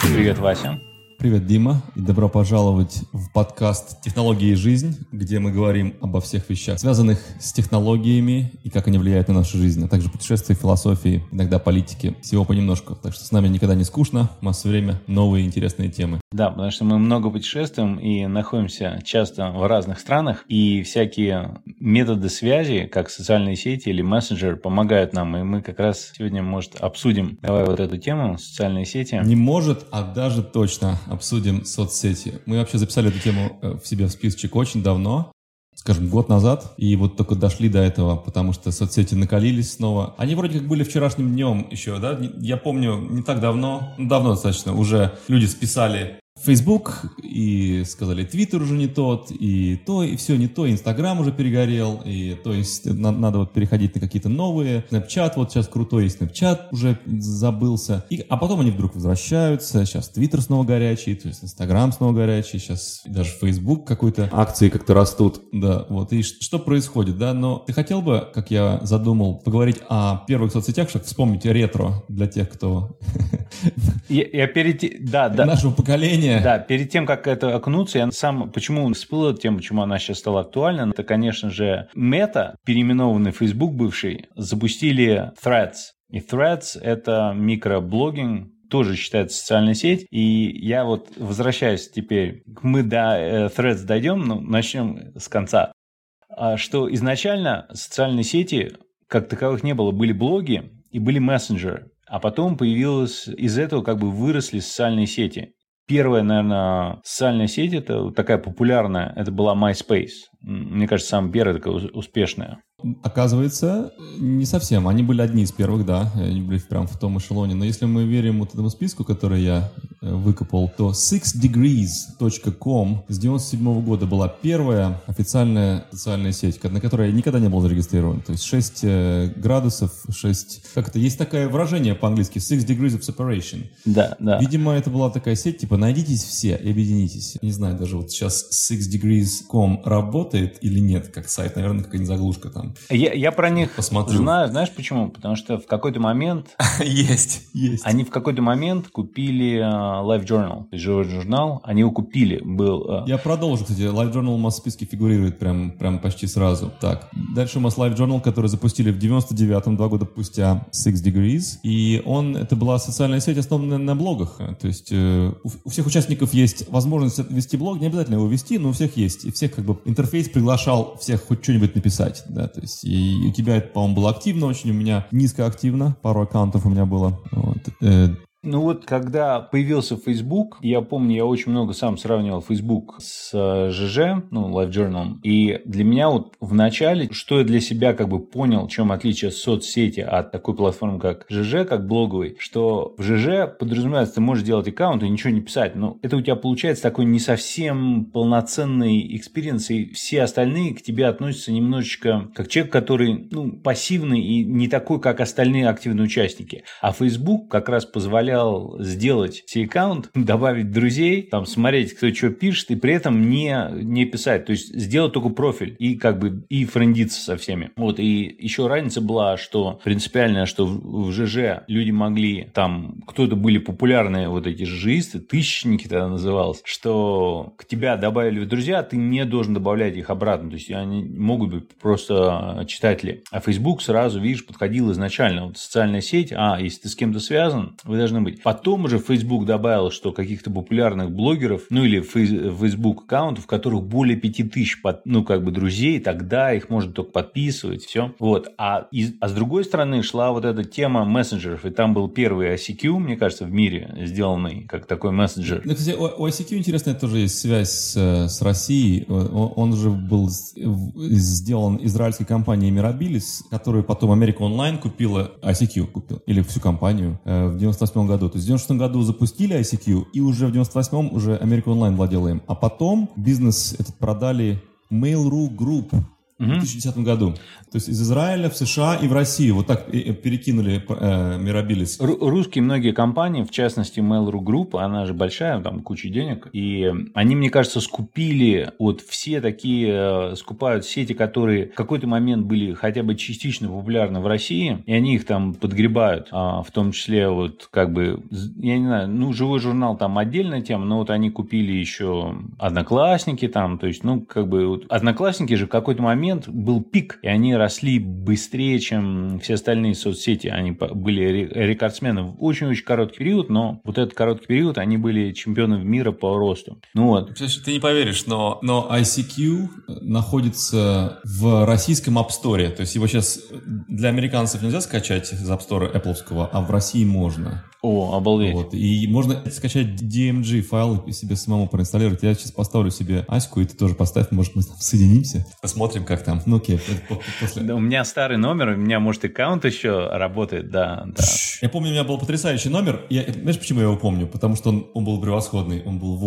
Привет, Вася. Привет, Дима, и добро пожаловать в подкаст «Технологии и жизнь», где мы говорим обо всех вещах, связанных с технологиями и как они влияют на нашу жизнь, а также путешествия, философии, иногда политики, всего понемножку. Так что с нами никогда не скучно, у нас все время новые интересные темы. Да, потому что мы много путешествуем и находимся часто в разных странах, и всякие методы связи, как социальные сети или мессенджеры, помогают нам, и мы как раз сегодня, может, обсудим. Давай вот эту тему, социальные сети. Не может, а даже точно обсудим соцсети. Мы вообще записали эту тему в себе в списочек очень давно, скажем, год назад, и вот только дошли до этого, потому что соцсети накалились снова. Они вроде как были вчерашним днем еще, да? Я помню, не так давно, давно достаточно, уже люди списали Facebook и сказали, Twitter уже не тот, и то, и все не то, Instagram уже перегорел, и то есть надо вот переходить на какие-то новые. Snapchat вот сейчас крутой, и Snapchat уже забылся. А потом они вдруг возвращаются, сейчас Twitter снова горячий, то есть Instagram снова горячий, сейчас даже Facebook какой-то, акции как-то растут, да, вот. И что происходит, да? Но ты хотел бы, как я задумал, поговорить о первых соцсетях, чтобы вспомнить ретро для тех, кто... нашего поколения. Да, перед тем, как это окунуться, я сам, почему всплыла тема, почему она сейчас стала актуальна, это, конечно же, Meta, переименованный Facebook бывший, запустили Threads. И Threads – это микроблогинг, тоже считается социальной сеть. И я вот возвращаюсь теперь, мы до Threads дойдем, но начнем с конца. Что изначально социальные сети, как таковых не было, были блоги и были мессенджеры. А потом появилось, из этого как бы выросли социальные сети. Первая, наверное, социальная сеть, это такая популярная, это была MySpace. Мне кажется, самая первая такая успешная. Оказывается, не совсем. Они были одни из первых, да. Они были прям в том эшелоне. Но если мы верим вот этому списку, который я выкопал, то sixdegrees.com с 97 года была первая официальная социальная сеть, на которой я никогда не был зарегистрирован. То есть 6 градусов, 6... Как это? Есть такое выражение по-английски six degrees of separation. Да, да. Видимо, это была такая сеть, типа, найдитесь все и объединитесь. Не знаю, даже вот сейчас sixdegrees.com работает или нет, как сайт. Наверное, какая-нибудь заглушка там. Я про них посмотрю. Знаю, знаешь почему? Потому что в какой-то момент... Есть. Они в какой-то момент купили LiveJournal, живой журнал, они его купили. Я продолжу, кстати, LiveJournal у нас в списке фигурирует прям почти сразу. Так, дальше у нас LiveJournal, который запустили в 99-м, 2 года спустя, Six Degrees, и это была социальная сеть, основанная на блогах. То есть у всех участников есть возможность вести блог, не обязательно его вести, но у всех есть. И всех как бы интерфейс приглашал всех хоть что-нибудь написать, да, то есть и у тебя это, по-моему, было активно очень, у меня низкоактивно, пару аккаунтов у меня было. Вот. Ну вот, когда появился Facebook, я помню, я очень много сам сравнивал Facebook с ЖЖ, LiveJournal, и для меня вот в начале, что я для себя как бы понял, в чем отличие соцсети от такой платформы, как ЖЖ, как блоговый, что в ЖЖ подразумевается, ты можешь делать аккаунт и ничего не писать, но это у тебя получается такой не совсем полноценный экспириенс, и все остальные к тебе относятся немножечко как человек, который, пассивный и не такой, как остальные активные участники. А Facebook как раз позволял сделать себе аккаунт, добавить друзей, там смотреть, кто что пишет, и при этом не писать. То есть сделать только профиль и как бы и френдиться со всеми. Вот. И еще разница была, что принципиальная, что в ЖЖ люди могли, там кто-то были популярные вот эти ЖЖисты, тысячники тогда называлось, что к тебя добавили в друзья, ты не должен добавлять их обратно. То есть они могут быть просто читатели. А Facebook сразу, видишь, подходил изначально. Вот социальная сеть, если ты с кем-то связан, вы должны быть. Потом уже Facebook добавил, что каких-то популярных блогеров, или Facebook аккаунтов, в которых более 5000 друзей, тогда их можно только подписывать, все. Вот. А с другой стороны шла вот эта тема мессенджеров, и там был первый ICQ, мне кажется, в мире сделанный как такой мессенджер. Ну, кстати, у ICQ, интересно, тоже есть связь с Россией. Он же был сделан израильской компанией Mirabilis, которую потом Америка Онлайн купила, ICQ купил, или всю компанию в 98 году. То есть в 96 году запустили ICQ, и уже в 98-м уже America Online владела им. А потом бизнес этот продали Mail.ru Group. в 2010 году. То есть из Израиля в США и в Россию. Вот так перекинули Mirabilis. Русские многие компании, в частности Mail.ru Group, она же большая, там куча денег, и они, мне кажется, скупили вот все такие, скупают сети, которые в какой-то момент были хотя бы частично популярны в России, и они их там подгребают, в том числе вот как бы, я не знаю, ну, живой журнал там отдельная тема, но вот они купили еще Одноклассники там, то есть, ну, как бы вот Одноклассники же в какой-то момент был пик, и они росли быстрее, чем все остальные соцсети. Они были рекордсмены в очень-очень короткий период, но вот этот короткий период они были чемпионами мира по росту. Ну вот. Ты не поверишь, но ICQ находится в российском App Store. То есть его сейчас для американцев нельзя скачать из App Store Apple'ского, а в России можно. О, обалдеть. Вот. И можно скачать DMG файл и себе самому проинсталлировать. Я сейчас поставлю себе Аську, и ты тоже поставь, может, мы там соединимся. Посмотрим, как там. Ну окей, после. Да, у меня старый номер, у меня, может, аккаунт еще работает, да. Я помню, у меня был потрясающий номер. Знаешь, почему я его помню? Потому что он был превосходный. Он был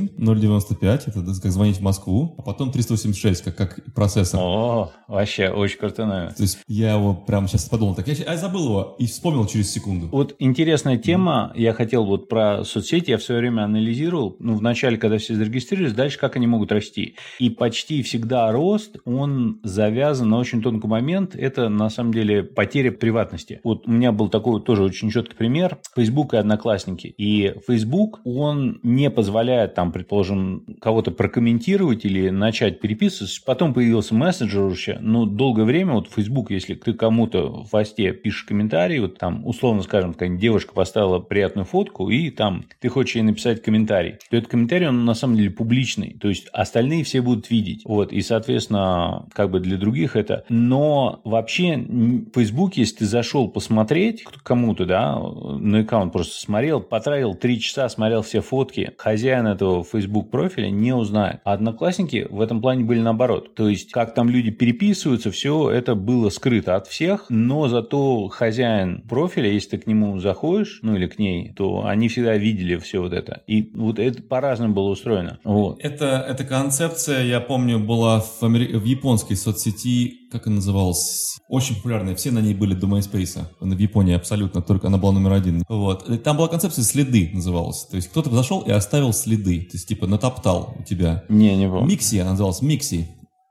8095, это как звонить в Москву, а потом 386, как процессор. О, вообще, очень крутой номер. То есть я его прямо сейчас подумал, так я забыл его и вспомнил через секунду. Вот интересная тема, я хотел вот про соцсети, я в свое время анализировал, ну, вначале, когда все зарегистрировались, дальше как они могут расти. И почти всегда рост, он завязан на очень тонкий момент, это на самом деле потеря приватности. Вот у меня был такой тоже очень четкий пример, Facebook и Одноклассники. И Facebook, он не позволяет там, предположим, кого-то прокомментировать или начать переписываться. Потом появился мессенджер уже, но долгое время вот Facebook, если ты кому-то в посте пишешь комментарий, вот там, условно скажем, какая-нибудь девушка поставила приятную фотку, и там ты хочешь ей написать комментарий, то этот комментарий, он на самом деле публичный, то есть остальные все будут видеть. Вот, и, соответственно, как бы для других это. Но вообще в Facebook, если ты зашел посмотреть кому-то, да, на аккаунт просто смотрел, потратил 3 часа, смотрел все фотки, хозяин этого Facebook профиля не узнает. А Одноклассники в этом плане были наоборот. То есть, как там люди переписываются, все это было скрыто от всех, но зато хозяин профиля, если ты к нему заходишь, ну или к ней, то они всегда видели все вот это. И вот это по-разному было устроено. Вот. Эта концепция, я помню, была в японской соцсети, как она называлась, очень популярная. Все на ней были до MySpace. В Японии абсолютно, только она была номер 1. Вот. Там была концепция «следы» называлась. То есть кто-то зашел и оставил следы. То есть типа натоптал у тебя. Не помню. Mixi, она называлась Mixi.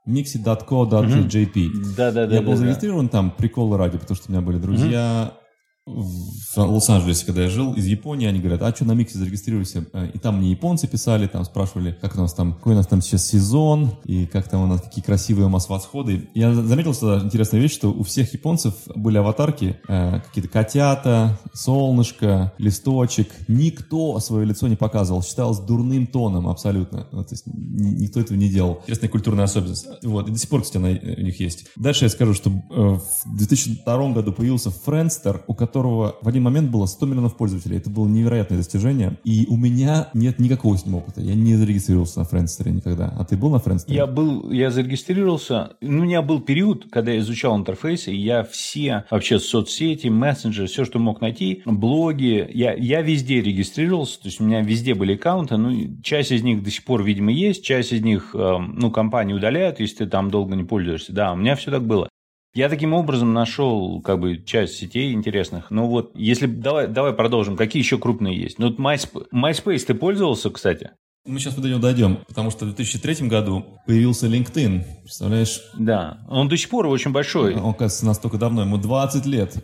Mixi.co.jp. Да. Я был зарегистрирован там, приколы ради, потому что у меня были друзья в Лос-Анджелесе, когда я жил, из Японии, они говорят, а что на Миксе зарегистрируйся? И там мне японцы писали, там спрашивали, как у нас там, какой у нас там сейчас сезон, и как там у нас какие красивые у нас восходы. Я заметил сюда интересную вещь, что у всех японцев были аватарки, какие-то котята, солнышко, листочек. Никто свое лицо не показывал, считалось дурным тоном абсолютно. То есть никто этого не делал. Интересная культурная особенность. Вот, и до сих пор, кстати, она у них есть. Дальше я скажу, что в 2002 году появился Friendster, у которого в один момент было 100 миллионов пользователей. Это было невероятное достижение. И у меня нет никакого с ним опыта. Я не зарегистрировался на Friendster никогда. А ты был на Friendster? Я зарегистрировался. У меня был период, когда я изучал интерфейсы, и я все вообще соцсети, мессенджеры, все, что мог найти, блоги, я везде регистрировался. То есть у меня везде были аккаунты. Ну, часть из них до сих пор, видимо, есть. Часть из них, компании удаляют, если ты там долго не пользуешься. Да, у меня все так было. Я таким образом нашел как бы часть сетей интересных. Ну вот, если давай продолжим. Какие еще крупные есть? Ну, вот MySpace ты пользовался, кстати? Мы сейчас до него дойдем, потому что в 2003 году появился LinkedIn, представляешь? Да, он до сих пор очень большой. Он, кажется, настолько давно, ему 20 лет.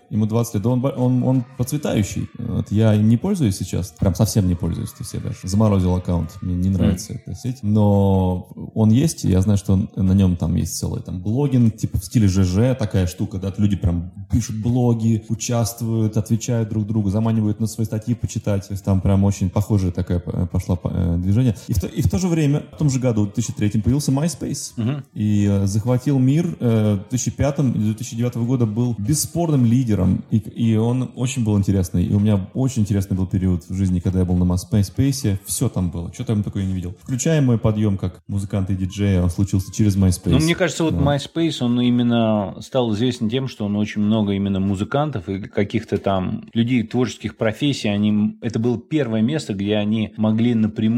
Он процветающий. Вот я им не пользуюсь сейчас, прям совсем не пользуюсь, то есть я даже заморозил аккаунт, мне не нравится эта сеть. Но он есть, и я знаю, что на нем там есть целый там блогинг, типа в стиле ЖЖ, такая штука, да, люди прям пишут блоги, участвуют, отвечают друг другу, заманивают на свои статьи почитать, то есть там прям очень похожая такая пошла движение. И в то же время, в том же году, в 2003, появился MySpace. И захватил мир. В 2005 и 2009 года был бесспорным лидером. И он очень был интересный. И у меня очень интересный был период в жизни, когда я был на MySpace. Все там было. Что там такое я не видел. Включая мой подъем как музыканта и диджея, он случился через MySpace. Ну, мне кажется, вот MySpace, он именно стал известен тем, что он очень много именно музыкантов и каких-то там людей творческих профессий. Это было первое место, где они могли напрямую общаться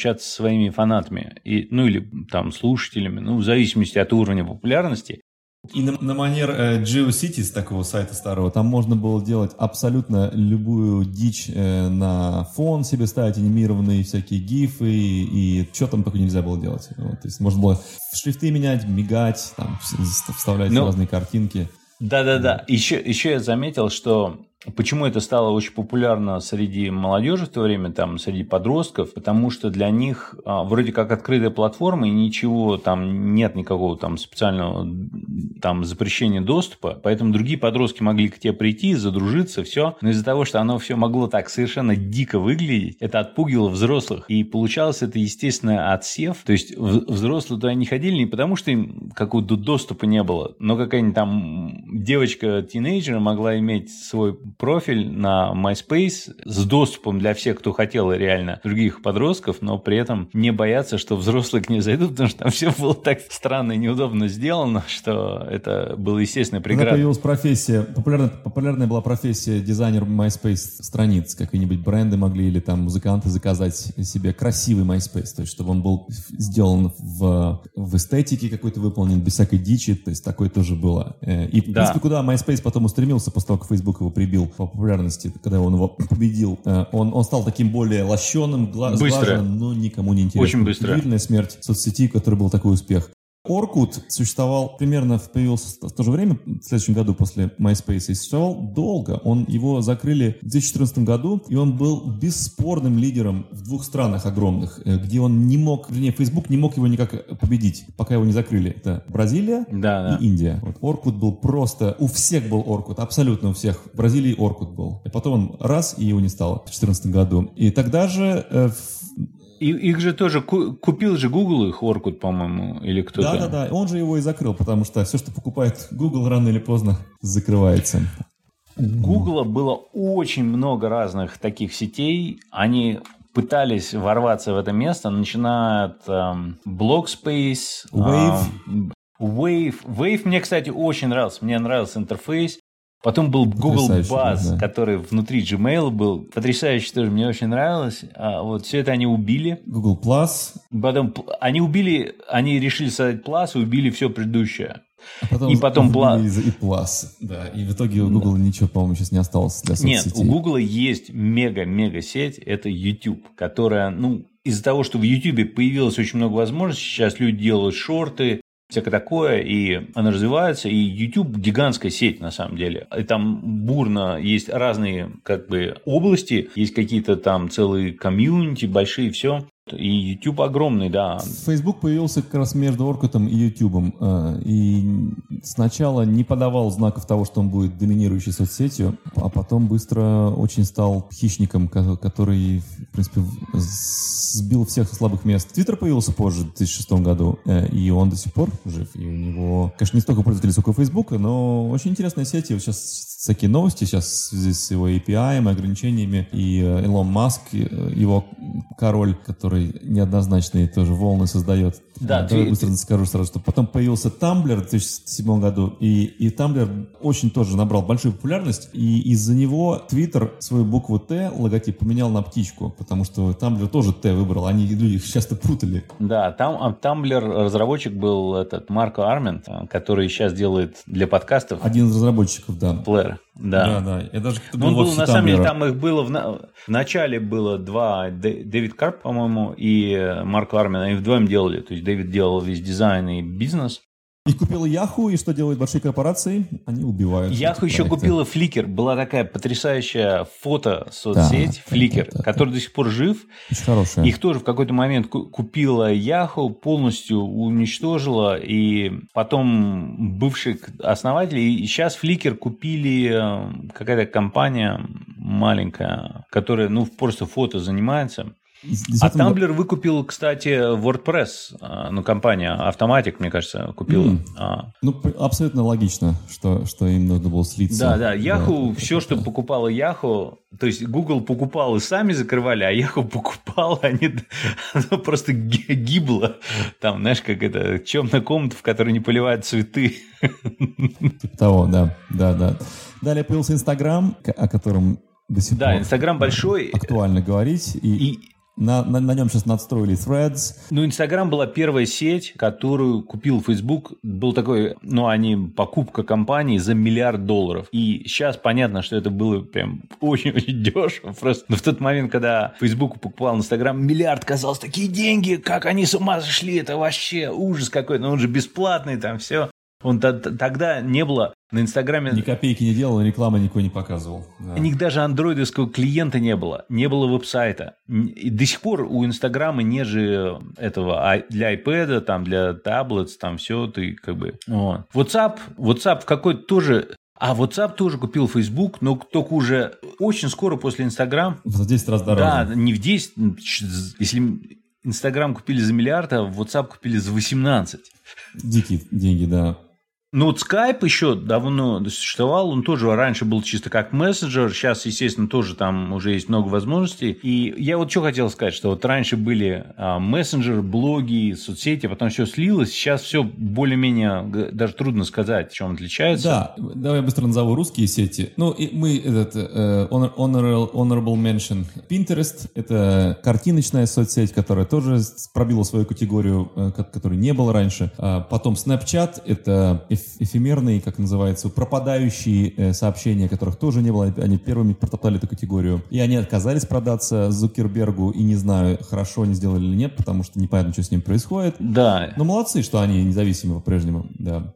общаться со своими фанатами, или там слушателями, в зависимости от уровня популярности. И на манер GeoCities, такого сайта старого, там можно было делать абсолютно любую дичь на фон себе ставить, анимированные всякие гифы, и что там только нельзя было делать. Вот, то есть можно было шрифты менять, мигать, там, вставлять разные картинки. Да. Еще я заметил, что почему это стало очень популярно среди молодежи в то время, там, среди подростков, потому что для них вроде как открытая платформа, и ничего там нет никакого там специального там запрещения доступа, поэтому другие подростки могли к тебе прийти, задружиться, все, но из-за того, что оно все могло так совершенно дико выглядеть, это отпугивало взрослых, и получалось это, естественно, отсев, то есть взрослые туда не ходили не потому, что им какого-то доступа не было, но какая-нибудь там девочка-тинейджер могла иметь свой профиль на MySpace с доступом для всех, кто хотел реально других подростков, но при этом не бояться, что взрослые к ней зайдут, потому что там все было так странно и неудобно сделано, что это было естественная преграда. Когда появилась профессия, популярная была профессия дизайнер MySpace страниц, какие-нибудь бренды могли или там музыканты заказать себе красивый MySpace, то есть чтобы он был сделан в эстетике какой-то выполнен, без всякой дичи, то есть такое тоже было. И, в принципе, куда MySpace потом устремился после того, как Facebook его прибил по популярности, когда он его победил, он стал таким более лощеным, сглаженным, но никому не интересным. Очень быстро. Удивительная смерть соцсети, в которой был такой успех. Orkut существовал примерно, появился в то же время, в следующем году после MySpace, и существовал долго. Его закрыли в 2014 году, и он был бесспорным лидером в 2 странах огромных, где он не мог, Facebook не мог его никак победить, пока его не закрыли. Это Бразилия и Индия. Вот Orkut был просто, у всех был Orkut, абсолютно у всех. В Бразилии Orkut был. И потом он раз, и его не стало в 2014 году. И тогда же... Их же тоже купил же Google, их Orkut, по-моему, или кто-то. Да. Он же его и закрыл, потому что все, что покупает Google, рано или поздно закрывается. У Google было очень много разных таких сетей. Они пытались ворваться в это место, начиная от Blockspace, Wave мне, кстати, очень нравился. Мне нравился интерфейс. Потом был Google Buzz, который внутри Gmail был. Потрясающе тоже, мне очень нравилось. Вот все это они убили. Google Plus. Потом они решили создать Plus и убили все предыдущее. И потом Plus. Да, и в итоге у Google ничего, по-моему, сейчас не осталось для соцсетей. Нет, у Google есть мега-мега сеть, это YouTube, которая, из-за того, что в YouTube появилось очень много возможностей, сейчас люди делают шорты, всякое такое, и она развивается, и YouTube гигантская сеть на самом деле. И там бурно есть разные области, есть какие-то там целые комьюнити, большие, все. И YouTube огромный, да. Facebook появился как раз между Orkut'ом и YouTube'ом. И сначала не подавал знаков того, что он будет доминирующей соцсетью, а потом быстро очень стал хищником, который, в принципе, сбил всех со слабых мест. Twitter появился позже, в 2006 году, и он до сих пор жив. И у него, конечно, не столько пользователей, сколько Facebook, но очень интересная сеть. И вот сейчас всякие новости сейчас в связи с его API, ограничениями, и Илон Маск, его король, который неоднозначные тоже волны создает. Да, давай быстро скажу сразу, что потом появился Tumblr в 2007 году, и Tumblr очень тоже набрал большую популярность, и из-за него Twitter свою букву Т, логотип, поменял на птичку, потому что Tumblr тоже Т выбрал, люди их часто путали. Да, Tumblr разработчик был Марко Армент, который сейчас делает для подкастов. Один из разработчиков, да. Плеер. Да. Я даже был на самом деле, там их было в начале было 2, Дэвид Карп, по-моему, и Марко Армен, они вдвоем делали, то есть Дэвид делал весь дизайн и бизнес. Их купила Yahoo, и что делают большие корпорации? Они убивают. Yahoo еще купила Flickr. Была такая потрясающая фото-соцсеть Flickr, который до сих пор жив. Очень хорошая. Их тоже в какой-то момент купила Yahoo, полностью уничтожила, и потом бывший основатель, и сейчас Flickr купили какая-то компания маленькая, которая просто фото занимается. А Tumblr выкупил, кстати, WordPress, компания Automatic, мне кажется, купила. Абсолютно логично, что им нужно было слиться. Да, Yahoo, все, что покупала Yahoo, то есть Google покупал и сами закрывали, а Yahoo покупал, оно просто гибло. Там, знаешь, как это, темная комната, в которой не поливают цветы. Типа того, да. Далее появился Instagram, о котором до сих пор Инстаграм большой. Актуально говорить. На нем сейчас надстроили Threads. Ну, Инстаграм была первая сеть, которую купил Facebook. Был такой, покупка компании за $1 миллиард. И сейчас понятно, что это было прям очень-очень дешево. Просто. Но в тот момент, когда Facebook покупал Инстаграм, $1 миллиард казалось, такие деньги, как они с ума сошли, это вообще ужас какой-то. Но он же бесплатный, там все. Тогда не было на Инстаграме... Ни копейки не делал, рекламы никакой не показывал. Да. У них даже андроидовского клиента не было веб-сайта. И до сих пор у Инстаграма нет же этого для iPad, там, для таблетс, там все, ты как бы... Вот. WhatsApp в какой-то тоже... А WhatsApp тоже купил Facebook, но только уже очень скоро после Инстаграм. В 10 раз дороже. Да, не в 10. Если Инстаграм купили за $1 миллиард, а WhatsApp купили за 18. Дикие деньги, да. Ну, вот Skype еще давно существовал, он тоже раньше был чисто как мессенджер, сейчас, естественно, тоже там уже есть много возможностей. И я вот что хотел сказать, что вот раньше были мессенджеры, блоги, соцсети, а потом все слилось, сейчас все более-менее, даже трудно сказать, в чем отличается. Да, давай я быстро назову русские сети. Ну, и мы honorable mention. Pinterest – это картиночная соцсеть, которая тоже пробила свою категорию, которой не было раньше. Потом Snapchat – это эфемерные, как называется, пропадающие сообщения, которых тоже не было. Они первыми протоптали эту категорию. И они отказались продаться Зукербергу. И не знаю, хорошо они сделали или нет, потому что непонятно, что с ним происходит. Да. Но молодцы, что они независимы по-прежнему. Да.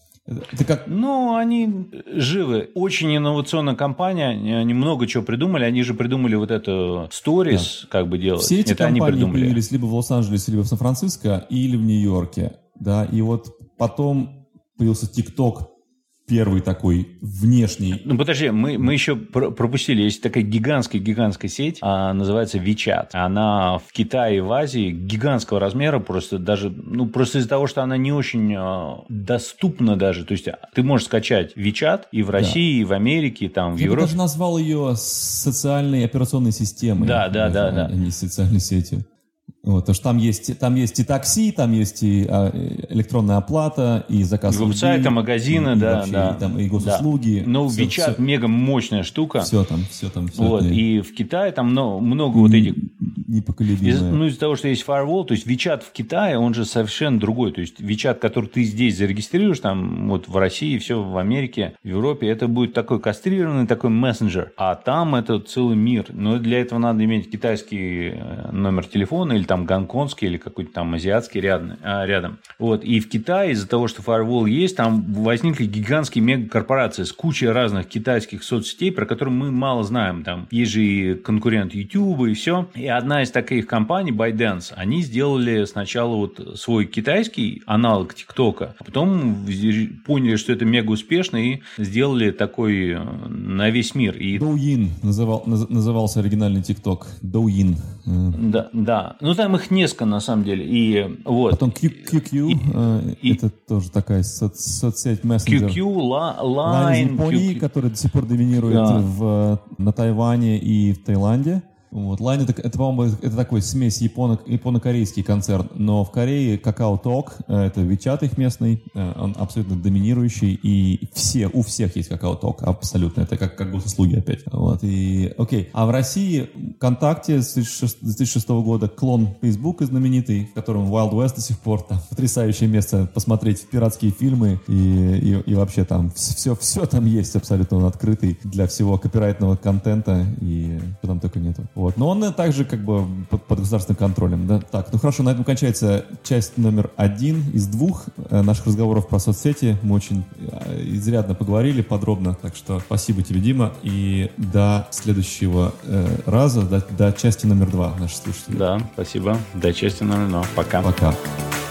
Это как... Ну, они живы. Очень инновационная компания. Они много чего придумали. Они же придумали вот это Stories, как бы делать. Все эти это компании они придумали. появились либо в Лос-Анджелесе, либо в Сан-Франциско, или в Нью-Йорке. Да, и вот потом появился TikTok, первый такой внешний. Ну, подожди, мы еще пропустили. Есть такая гигантская сеть, называется WeChat. Она в Китае и в Азии гигантского размера, просто из-за того, что она не очень доступна даже. То есть ты можешь скачать WeChat и в России, и в Америке, и там в Европе. Я бы даже назвал ее социальной операционной системой. Да. А не социальной сетью. Вот, потому что там есть и такси, там есть и электронная оплата, и заказ еды. Веб-сайты, магазины, и госуслуги. Да. Но WeChat мега мощная штука. Все там. Вот, и в Китае там много вот этих... Непоколебимое. Из-за того, что есть firewall, то есть WeChat в Китае, он же совершенно другой. То есть WeChat, который ты здесь зарегистрируешь, там вот в России, все в Америке, в Европе, это будет такой кастрированный, такой мессенджер. А там это целый мир. Но для этого надо иметь китайский номер телефона или там гонконгский, или какой-то там азиатский рядом. Вот. И в Китае из-за того, что firewall есть, там возникли гигантские мегакорпорации с кучей разных китайских соцсетей, про которые мы мало знаем. Там есть же и конкурент YouTube и все. И одна из таких компаний, ByteDance, они сделали сначала вот свой китайский аналог ТикТока, а потом поняли, что это мега успешно и сделали такой на весь мир. И... Douyin назывался оригинальный ТикТок. Douyin. Да. Ну, там их несколько, на самом деле. И вот. Потом QQ, это тоже такая соцсеть мессенджер. QQ, Line из Японии, который до сих пор доминирует на Тайване и в Таиланде. Вот. Line это, по-моему, это такой смесь японо-корейский концерн, но в Корее KakaoTalk, это WeChat их местный, он абсолютно доминирующий, и у всех есть KakaoTalk, абсолютно, это как госуслуги опять. Вот. И, окей. А в России ВКонтакте с 2006 года клон Facebook знаменитый, в котором Wild West до сих пор, там потрясающее место посмотреть пиратские фильмы, и вообще там все там есть абсолютно, он открытый для всего копирайтного контента, и что там только нету. Вот. Но он также как бы под государственным контролем. Да? Так, ну хорошо, на этом кончается часть номер 1 из 2 наших разговоров про соцсети. Мы очень изрядно поговорили подробно, так что спасибо тебе, Дима, и до следующего раза, до части номер 2 наших слушателей. Да, спасибо. До части номер 2. Пока. Пока.